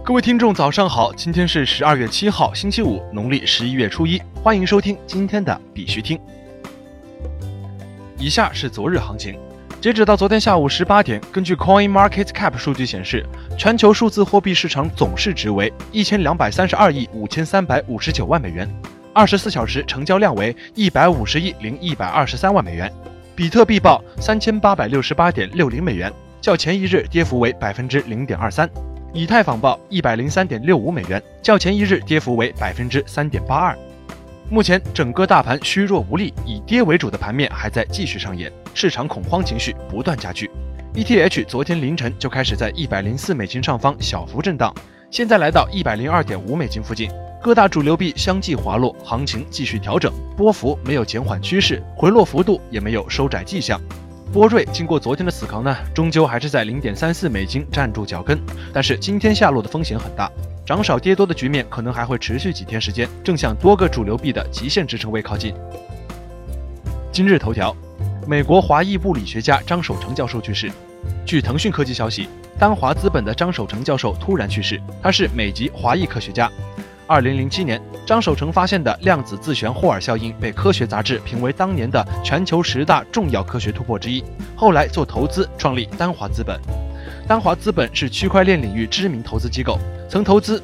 各位听众早上好，今天是12月7号星期五，农历11月初一，欢迎收听今天的必须听。以下是昨日行情，截止到昨天下午18点，根据 CoinMarketCap 数据显示，全球数字货币市场总市值为1232亿5359万美元，24小时成交量为150亿123万美元，比特币报3868.60美元，较前一日跌幅为 0.23%。以太坊报103.65美元，较前一日跌幅为 3.82%。目前整个大盘虚弱无力，以跌为主的盘面还在继续上演，市场恐慌情绪不断加剧。ETH 昨天凌晨就开始在104美金上方小幅震荡，现在来到102.5美金附近，各大主流币相继滑落，行情继续调整，波幅没有减缓趋势，回落幅度也没有收窄迹象。波瑞经过昨天的死扛呢，终究还是在0.34美金站住脚跟，但是今天下落的风险很大，涨少跌多的局面可能还会持续几天时间，正向多个主流币的极限支撑位靠近。今日头条，美国华裔物理学家张守成教授去世。据腾讯科技消息，丹华资本的张守成教授突然去世，他是美籍华裔科学家。2007年，张守成发现的量子自旋霍尔效应被科学杂志评为当年的全球10大重要科学突破之一。后来做投资，创立丹华资本。丹华资本是区块链领域知名投资机构，曾投资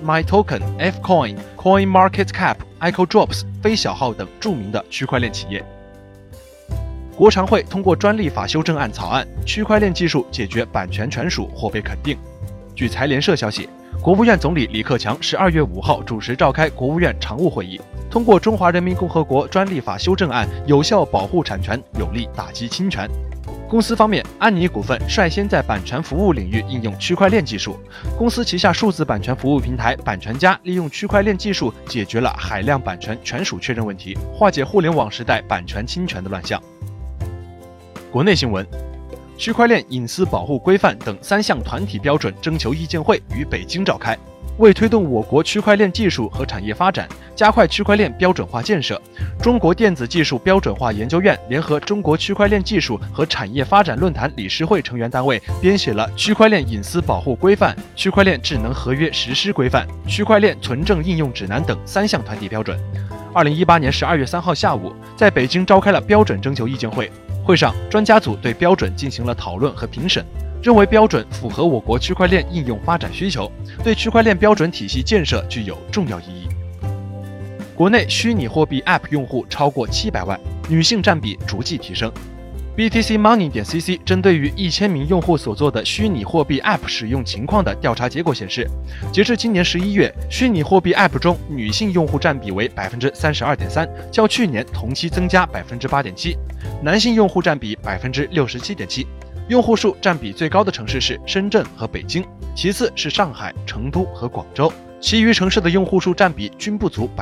MyToken、Fcoin、CoinMarketCap、IcoDrops、飞小号等著名的区块链企业。国常会通过专利法修正案草案，区块链技术解决版权权属或被肯定。据财联社消息，国务院总理李克强12月5号主持召开国务院常务会议，通过《中华人民共和国专利法修正案》有效保护产权，有力打击侵权。公司方面，安妮股份率先在版权服务领域应用区块链技术，公司旗下数字版权服务平台版权家利用区块链技术解决了海量版权权属确认问题，化解互联网时代版权侵权的乱象。国内新闻，区块链隐私保护规范等3项团体标准征求意见会于北京召开。为推动我国区块链技术和产业发展，加快区块链标准化建设，中国电子技术标准化研究院联合中国区块链技术和产业发展论坛理事会成员单位编写了《区块链隐私保护规范》《区块链智能合约实施规范》《区块链存证应用指南》等3项团体标准。2018年12月3号下午，在北京召开了标准征求意见会。会上，专家组对标准进行了讨论和评审，认为标准符合我国区块链应用发展需求，对区块链标准体系建设具有重要意义。国内虚拟货币 App 用户超过700万，女性占比逐季提升。BTC Money.cc 针对于1000名用户所做的虚拟货币 App 使用情况的调查结果显示，截至今年11月，虚拟货币 App 中女性用户占比为 32.3%， 较去年同期增加 8.7%， 男性用户占比 67.7%。用户数占比最高的城市是深圳和北京，其次是上海、成都和广州，其余城市的用户数占比均不足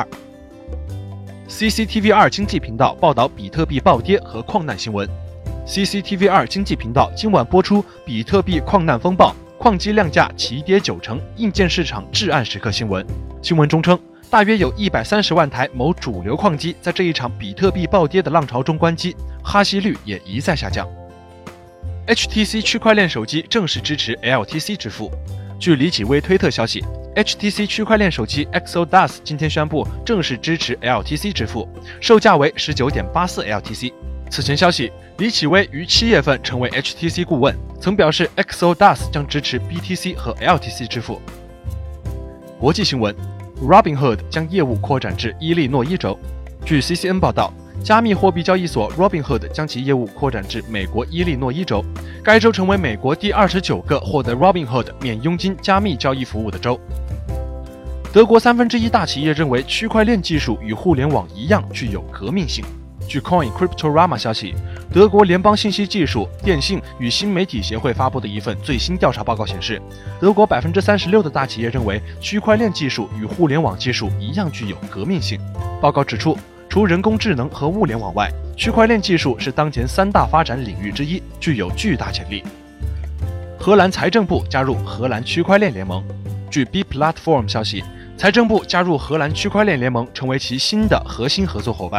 2%。CCTV2 经济频道报道比特币暴跌和矿难新闻。CCTV2 经济频道今晚播出比特币矿难风暴，矿机量价齐跌90%，硬件市场至暗时刻新闻。新闻中称，大约有130万台某主流矿机在这一场比特币暴跌的浪潮中关机，哈希率也一再下降。HTC 区块链手机正式支持 LTC 支付。据李启微推特消息，HTC 区块链手机 Exodus 今天宣布正式支持 LTC 支付，售价为 19.84 LTC。此前消息，李启微于7月份成为 HTC 顾问，曾表示 Exodus 将支持 BTC 和 LTC 支付。国际新闻， Robinhood 将业务扩展至伊利诺伊州。据 CCN 报道，加密货币交易所 Robinhood 将其业务扩展至美国伊利诺伊州，该州成为美国第29个获得 Robinhood 免佣金加密交易服务的州。德国1/3大企业认为区块链技术与互联网一样具有革命性。据 Coin Cryptorama 消息，德国联邦信息技术、电信与新媒体协会发布的一份最新调查报告显示，德国36%的大企业认为区块链技术与互联网技术一样具有革命性。报告指出，除人工智能和物联网外，区块链技术是当前3大发展领域之一，具有巨大潜力。荷兰财政部加入荷兰区块链联盟。据 B Platform 消息，财政部加入荷兰区块链联盟，成为其新的核心合作伙伴。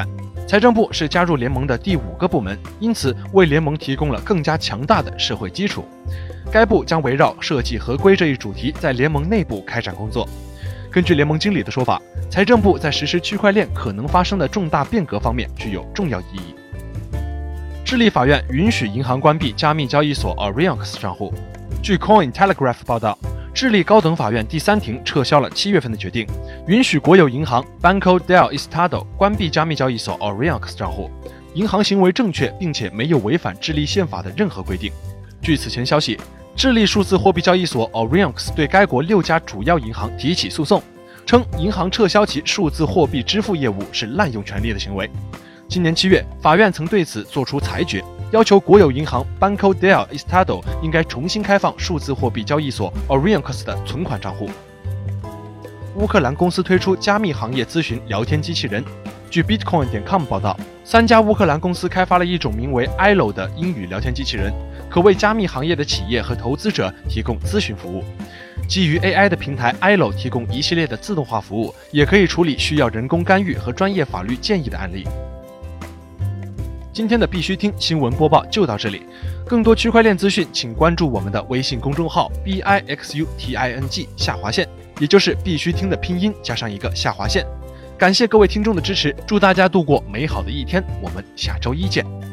财政部是加入联盟的第5个部门，因此为联盟提供了更加强大的社会基础。该部将围绕设计合规这一主题在联盟内部开展工作。根据联盟经理的说法，财政部在实施区块链可能发生的重大变革方面具有重要意义。智利法院允许银行关闭加密交易所 Orionx 账户。据 Cointelegraph 报道，智利高等法院第3庭撤销了7月份的决定，允许国有银行 Banco del Estado 关闭加密交易所 Orionx 账户。银行行为正确，并且没有违反智利宪法的任何规定。据此前消息，智利数字货币交易所 Orionx 对该国6家主要银行提起诉讼，称银行撤销其数字货币支付业务是滥用权力的行为。今年7月，法院曾对此作出裁决，要求国有银行 Banco del Estado 应该重新开放数字货币交易所 Orionx 的存款账户。乌克兰公司推出加密行业咨询聊天机器人。据 Bitcoin.com 报道，3家乌克兰公司开发了一种名为 ILO 的英语聊天机器人，可为加密行业的企业和投资者提供咨询服务。基于 AI 的平台 ILO 提供一系列的自动化服务，也可以处理需要人工干预和专业法律建议的案例。今天的必须听新闻播报就到这里，更多区块链资讯请关注我们的微信公众号 BIXUTING 下划线，也就是必须听的拼音加上一个下划线。感谢各位听众的支持，祝大家度过美好的一天，我们下周一见。